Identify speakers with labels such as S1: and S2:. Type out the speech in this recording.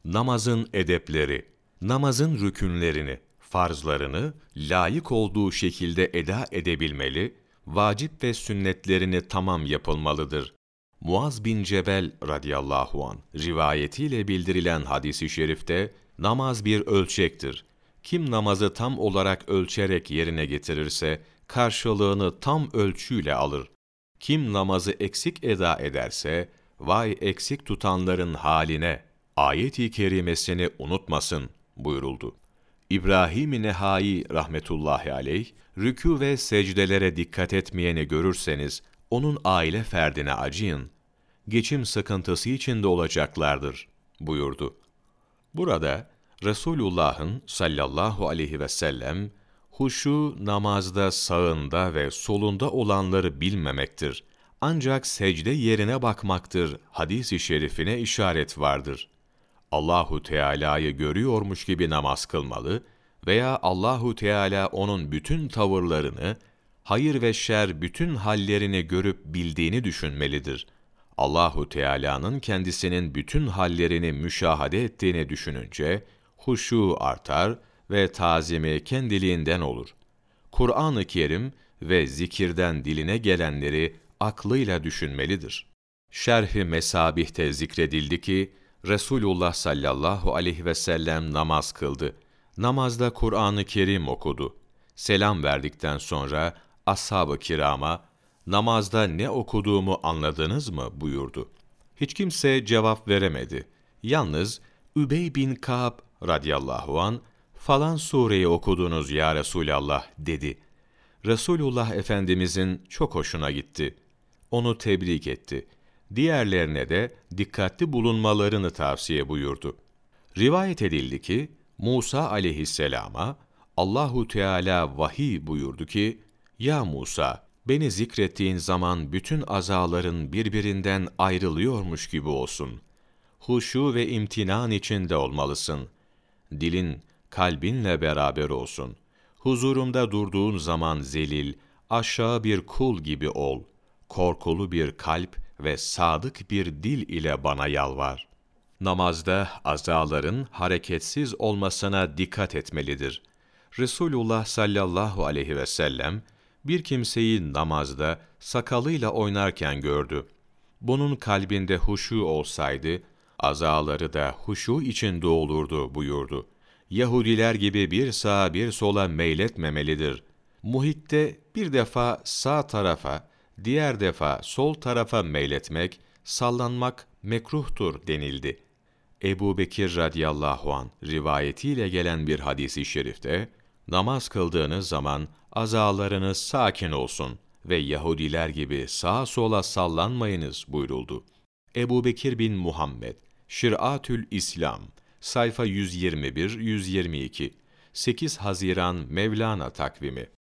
S1: Namazın edepleri, namazın rükünlerini, farzlarını layık olduğu şekilde eda edebilmeli, vacip ve sünnetlerini tamam yapılmalıdır. Muaz bin Cebel radıyallahu an rivayetiyle bildirilen hadis-i şerifte, namaz bir ölçektir. Kim namazı tam olarak ölçerek yerine getirirse, karşılığını tam ölçüyle alır. Kim namazı eksik eda ederse, vay eksik tutanların haline, ayet-i kerimesini unutmasın buyuruldu. İbrahim-i Nehai rahmetullahi aleyh, rükû ve secdelere dikkat etmeyeni görürseniz, onun aile ferdine acıyın, geçim sıkıntısı içinde olacaklardır buyurdu. Burada Resulullah'ın sallallahu aleyhi ve sellem, huşu namazda sağında ve solunda olanları bilmemektir. Ancak secde yerine bakmaktır hadis-i şerifine işaret vardır. Allahu Teala'yı görüyormuş gibi namaz kılmalı veya Allahu Teala onun bütün tavırlarını, hayır ve şer bütün hallerini görüp bildiğini düşünmelidir. Allahu Teala'nın kendisinin bütün hallerini müşahede ettiğini düşününce huşu artar ve tazimi kendiliğinden olur. Kur'an-ı Kerim ve zikirden diline gelenleri aklıyla düşünmelidir. Şerh-i Mesabih'te zikredildi ki, Resulullah sallallahu aleyhi ve sellem namaz kıldı. Namazda Kur'an-ı Kerim okudu. Selam verdikten sonra ashab-ı kirama, namazda ne okuduğumu anladınız mı buyurdu. Hiç kimse cevap veremedi. Yalnız Übey bin Ka'b radıyallahu an falan sureyi okudunuz ya Resulallah dedi. Resulullah Efendimizin çok hoşuna gitti. Onu tebrik etti. Diğerlerine de dikkatli bulunmalarını tavsiye buyurdu. Rivayet edildi ki Musa aleyhisselama Allahu Teala vahiy buyurdu ki: "Ya Musa, beni zikrettiğin zaman bütün azaların birbirinden ayrılıyormuş gibi olsun. Huşu ve imtinan içinde olmalısın. Dilin, kalbinle beraber olsun. Huzurumda durduğun zaman zelil, aşağı bir kul gibi ol. Korkulu bir kalp ve sadık bir dil ile bana yalvar." Namazda azaların hareketsiz olmasına dikkat etmelidir. Resulullah sallallahu aleyhi ve sellem bir kimseyi namazda sakalıyla oynarken gördü. Bunun kalbinde huşu olsaydı, azaları da huşu içinde olurdu buyurdu. Yahudiler gibi bir sağa bir sola meyletmemelidir. Muhitte bir defa sağ tarafa, diğer defa sol tarafa meyletmek, sallanmak mekruhtur denildi. Ebu Bekir radıyallahu an rivayetiyle gelen bir hadis-i şerifte, namaz kıldığınız zaman azalarınız sakin olsun ve Yahudiler gibi sağa sola sallanmayınız buyuruldu. Ebu Bekir bin Muhammed, Şir'atül İslam, sayfa 121-122, 8 Haziran Mevlana takvimi.